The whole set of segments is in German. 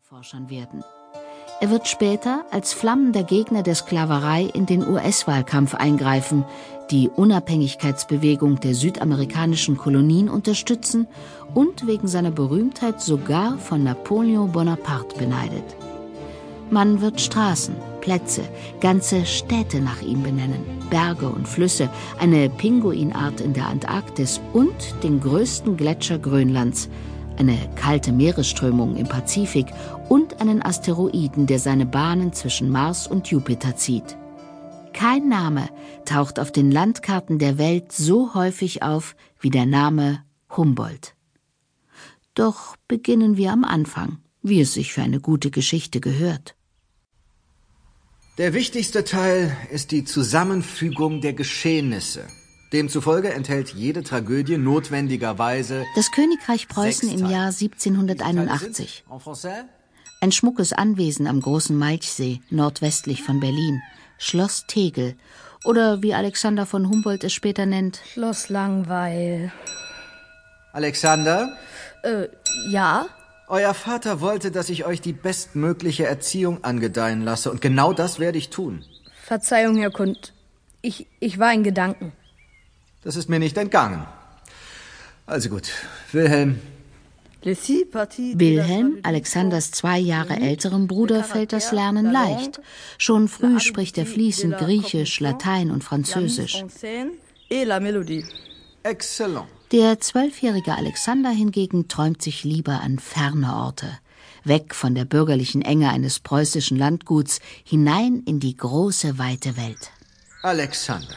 Forschern werden. Er wird später als flammender Gegner der Sklaverei in den US-Wahlkampf eingreifen, die Unabhängigkeitsbewegung der südamerikanischen Kolonien unterstützen und wegen seiner Berühmtheit sogar von Napoleon Bonaparte beneidet. Man wird Straßen, Plätze, ganze Städte nach ihm benennen, Berge und Flüsse, eine Pinguinart in der Antarktis und den größten Gletscher Grönlands, eine kalte Meeresströmung im Pazifik und einen Asteroiden, der seine Bahnen zwischen Mars und Jupiter zieht. Kein Name taucht auf den Landkarten der Welt so häufig auf wie der Name Humboldt. Doch beginnen wir am Anfang, wie es sich für eine gute Geschichte gehört. Der wichtigste Teil ist die Zusammenfügung der Geschehnisse. Demzufolge enthält jede Tragödie notwendigerweise das Königreich Preußen im Jahr 1781. Ein schmuckes Anwesen am Großen Malchsee, nordwestlich von Berlin, Schloss Tegel oder wie Alexander von Humboldt es später nennt, Schloss Langweil. Alexander? Ja? Euer Vater wollte, dass ich euch die bestmögliche Erziehung angedeihen lasse, und genau das werde ich tun. Verzeihung, Herr Kund. Ich war in Gedanken. Das ist mir nicht entgangen. Also gut, Wilhelm. Wilhelm, Alexanders 2 Jahre älterem Bruder, fällt das Lernen leicht. Schon früh spricht er fließend Griechisch, Latein und Französisch. Excellent. Der 12-jährige Alexander hingegen träumt sich lieber an ferne Orte. Weg von der bürgerlichen Enge eines preußischen Landguts, hinein in die große, weite Welt. Alexander,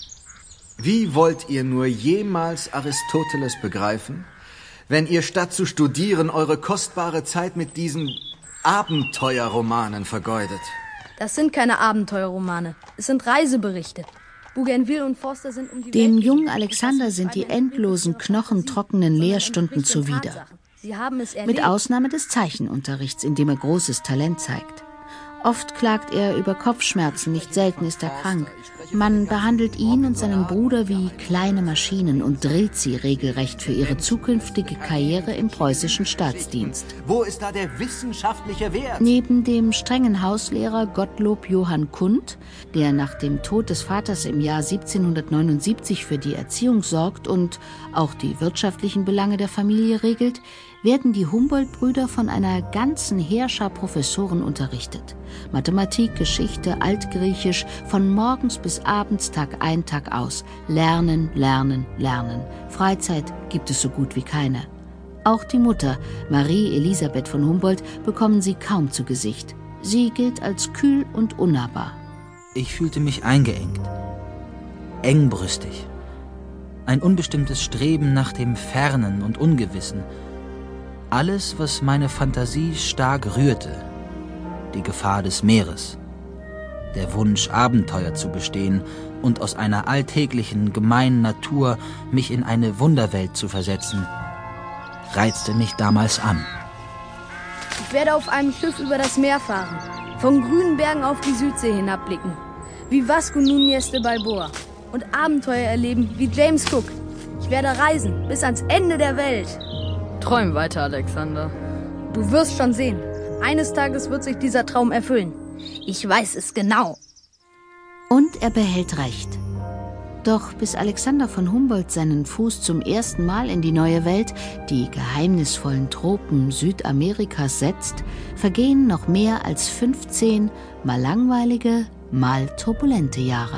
wie wollt ihr nur jemals Aristoteles begreifen, wenn ihr statt zu studieren eure kostbare Zeit mit diesen Abenteuerromanen vergeudet? Das sind keine Abenteuerromane, es sind Reiseberichte. Bougainville und Forster sind um die Dem Welt jungen Alexander sind die endlosen, knochentrockenen Lehrstunden zuwider. Sie haben es erlebt. Mit Ausnahme des Zeichenunterrichts, in dem er großes Talent zeigt. Oft klagt er über Kopfschmerzen, nicht selten ist er krank. Man behandelt ihn und seinen Bruder wie kleine Maschinen und drillt sie regelrecht für ihre zukünftige Karriere im preußischen Staatsdienst. Wo ist da der wissenschaftliche Wert? Neben dem strengen Hauslehrer Gottlob Johann Kundt, der nach dem Tod des Vaters im Jahr 1779 für die Erziehung sorgt und auch die wirtschaftlichen Belange der Familie regelt, werden die Humboldt-Brüder von einer ganzen Heerschar Professoren unterrichtet. Mathematik, Geschichte, Altgriechisch, von morgens bis abends Tag ein, Tag aus. Lernen, lernen, lernen. Freizeit gibt es so gut wie keine. Auch die Mutter, Marie Elisabeth von Humboldt, bekommen sie kaum zu Gesicht. Sie gilt als kühl und unnahbar. Ich fühlte mich eingeengt, engbrüstig. Ein unbestimmtes Streben nach dem Fernen und Ungewissen. Alles, was meine Fantasie stark rührte. Die Gefahr des Meeres. Der Wunsch, Abenteuer zu bestehen und aus einer alltäglichen, gemeinen Natur mich in eine Wunderwelt zu versetzen, reizte mich damals an. Ich werde auf einem Schiff über das Meer fahren, von grünen Bergen auf die Südsee hinabblicken, wie Vasco Núñez de Balboa, und Abenteuer erleben wie James Cook. Ich werde reisen bis ans Ende der Welt. Träum weiter, Alexander. Du wirst schon sehen. Eines Tages wird sich dieser Traum erfüllen. Ich weiß es genau. Und er behält recht. Doch bis Alexander von Humboldt seinen Fuß zum ersten Mal in die neue Welt, die geheimnisvollen Tropen Südamerikas setzt, vergehen noch mehr als 15 mal langweilige, mal turbulente Jahre.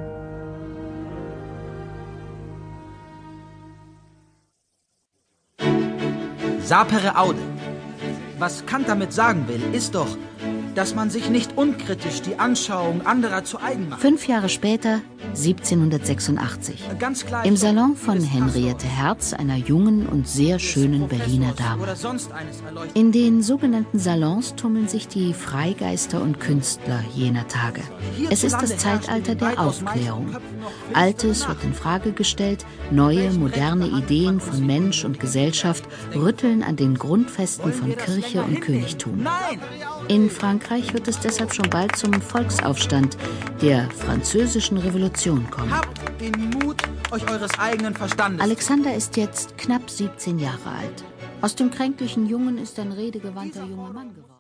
Sapere aude. Was Kant damit sagen will, ist doch, dass man sich nicht unkritisch die Anschauung anderer zu eigen macht. 5 Jahre später, 1786. Ganz gleich, Im Salon von Henriette Herz, einer jungen und sehr schönen Berliner Dame. Oder sonst eines erleuchteten. In den sogenannten Salons tummeln sich die Freigeister und Künstler jener Tage. Es ist das Zeitalter der Aufklärung. Altes wird in Frage gestellt, neue, moderne Ideen von Mensch und Gesellschaft rütteln an den Grundfesten von Kirche und Königtum. In Frankreich wird es deshalb schon bald zum Volksaufstand, der Französischen Revolution kommen. Habt den Mut, euch eures eigenen Verstandes. Alexander ist jetzt knapp 17 Jahre alt. Aus dem kränklichen Jungen ist ein redegewandter junger Mann geworden.